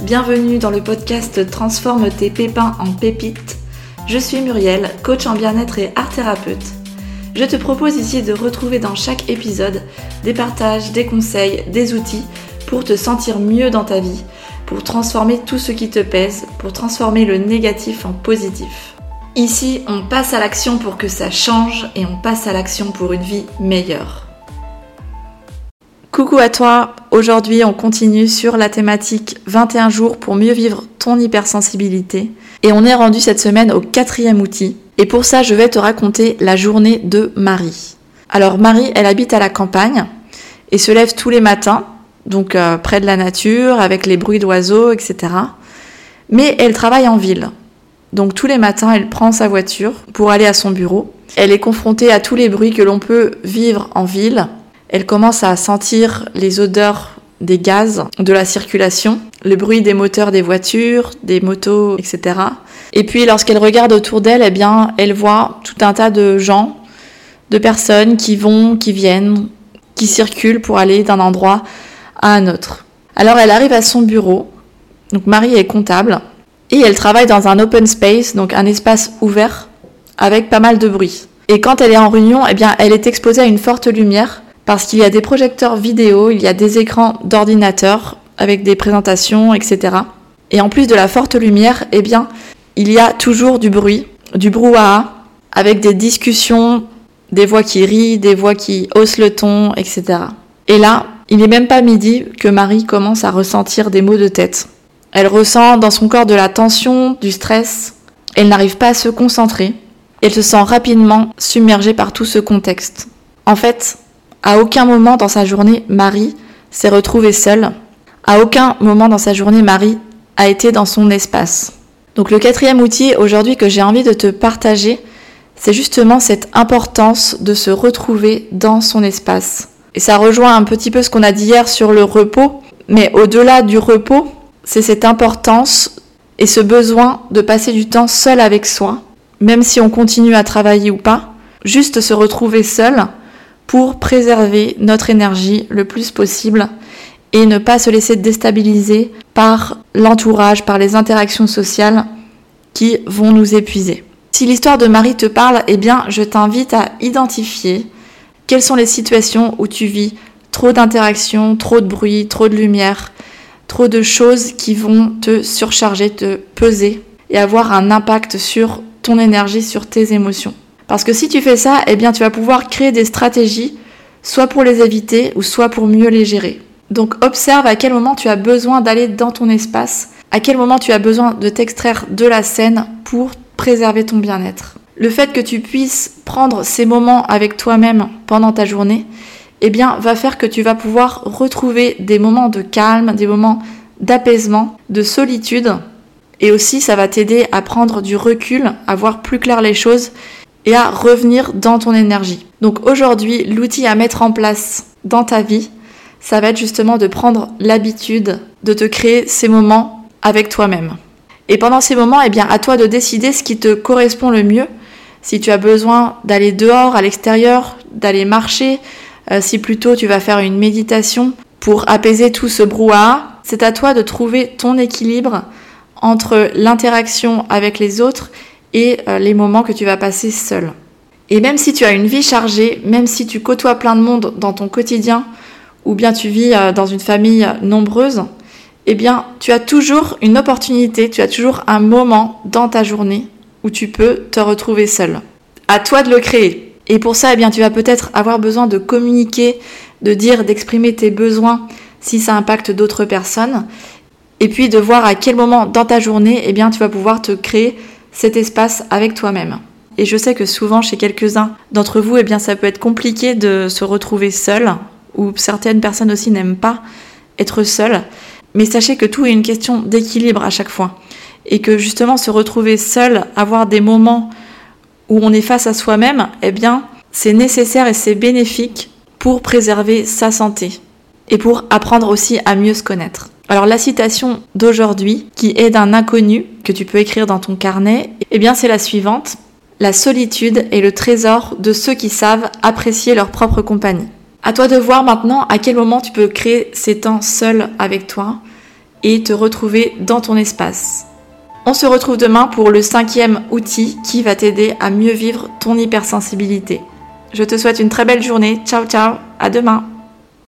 bienvenue dans le podcast Transforme tes pépins en pépites. Je suis Muriel, coach en bien-être et art thérapeute. Je te propose ici de retrouver dans chaque épisode des partages, des conseils, des outils pour te sentir mieux dans ta vie, pour transformer tout ce qui te pèse, pour transformer le négatif en positif. Ici, on passe à l'action pour que ça change et on passe à l'action pour une vie meilleure. Coucou à toi, aujourd'hui on continue sur la thématique 21 jours pour mieux vivre ton hypersensibilité et on est rendu cette semaine au 4e outil et pour ça je vais te raconter la journée de Marie. Alors Marie, elle habite à la campagne et se lève tous les matins, donc près de la nature avec les bruits d'oiseaux, etc. Mais elle travaille en ville, donc tous les matins elle prend sa voiture pour aller à son bureau. Elle est confrontée à tous les bruits que l'on peut vivre en ville. Elle commence à sentir les odeurs des gaz, de la circulation, le bruit des moteurs des voitures, des motos, etc. Et puis lorsqu'elle regarde autour d'elle, eh bien, elle voit tout un tas de gens, de personnes qui vont, qui viennent, qui circulent pour aller d'un endroit à un autre. Alors elle arrive à son bureau, donc Marie est comptable, et elle travaille dans un open space, donc un espace ouvert, avec pas mal de bruit. Et quand elle est en réunion, eh bien, elle est exposée à une forte lumière, parce qu'il y a des projecteurs vidéo, il y a des écrans d'ordinateur avec des présentations, etc. Et en plus de la forte lumière, eh bien, il y a toujours du bruit, du brouhaha, avec des discussions, des voix qui rient, des voix qui haussent le ton, etc. Et là, il n'est même pas midi que Marie commence à ressentir des maux de tête. Elle ressent dans son corps de la tension, du stress, elle n'arrive pas à se concentrer, elle se sent rapidement submergée par tout ce contexte. En fait, à aucun moment dans sa journée, Marie s'est retrouvée seule. À aucun moment dans sa journée, Marie a été dans son espace. Donc le 4e outil aujourd'hui que j'ai envie de te partager, c'est justement cette importance de se retrouver dans son espace. Et ça rejoint un petit peu ce qu'on a dit hier sur le repos, mais au-delà du repos, c'est cette importance et ce besoin de passer du temps seul avec soi, même si on continue à travailler ou pas, juste se retrouver seul, pour préserver notre énergie le plus possible et ne pas se laisser déstabiliser par l'entourage, par les interactions sociales qui vont nous épuiser. Si l'histoire de Marie te parle, eh bien, je t'invite à identifier quelles sont les situations où tu vis trop d'interactions, trop de bruit, trop de lumière, trop de choses qui vont te surcharger, te peser et avoir un impact sur ton énergie, sur tes émotions. Parce que si tu fais ça, eh bien tu vas pouvoir créer des stratégies, soit pour les éviter ou soit pour mieux les gérer. Donc observe à quel moment tu as besoin d'aller dans ton espace, à quel moment tu as besoin de t'extraire de la scène pour préserver ton bien-être. Le fait que tu puisses prendre ces moments avec toi-même pendant ta journée, eh bien va faire que tu vas pouvoir retrouver des moments de calme, des moments d'apaisement, de solitude. Et aussi ça va t'aider à prendre du recul, à voir plus clair les choses et à revenir dans ton énergie. Donc aujourd'hui, l'outil à mettre en place dans ta vie, ça va être justement de prendre l'habitude de te créer ces moments avec toi-même. Et pendant ces moments, eh bien, à toi de décider ce qui te correspond le mieux. Si tu as besoin d'aller dehors, à l'extérieur, d'aller marcher, si plutôt tu vas faire une méditation pour apaiser tout ce brouhaha, c'est à toi de trouver ton équilibre entre l'interaction avec les autres et les moments que tu vas passer seul. Et même si tu as une vie chargée, même si tu côtoies plein de monde dans ton quotidien, ou bien tu vis dans une famille nombreuse, eh bien tu as toujours une opportunité, tu as toujours un moment dans ta journée où tu peux te retrouver seul. À toi de le créer. Et pour ça, eh bien tu vas peut-être avoir besoin de communiquer, de dire, d'exprimer tes besoins si ça impacte d'autres personnes, et puis de voir à quel moment dans ta journée, eh bien tu vas pouvoir te créer cet espace avec toi-même. Et je sais que souvent chez quelques-uns d'entre vous, eh bien ça peut être compliqué de se retrouver seul, ou certaines personnes aussi n'aiment pas être seules, mais sachez que tout est une question d'équilibre à chaque fois, et que justement se retrouver seul, avoir des moments où on est face à soi-même, eh bien c'est nécessaire et c'est bénéfique pour préserver sa santé, et pour apprendre aussi à mieux se connaître. Alors la citation d'aujourd'hui, qui est d'un inconnu, que tu peux écrire dans ton carnet, eh bien c'est la suivante. La solitude est le trésor de ceux qui savent apprécier leur propre compagnie. À toi de voir maintenant à quel moment tu peux créer ces temps seuls avec toi et te retrouver dans ton espace. On se retrouve demain pour le 5e outil qui va t'aider à mieux vivre ton hypersensibilité. Je te souhaite une très belle journée. Ciao ciao, à demain.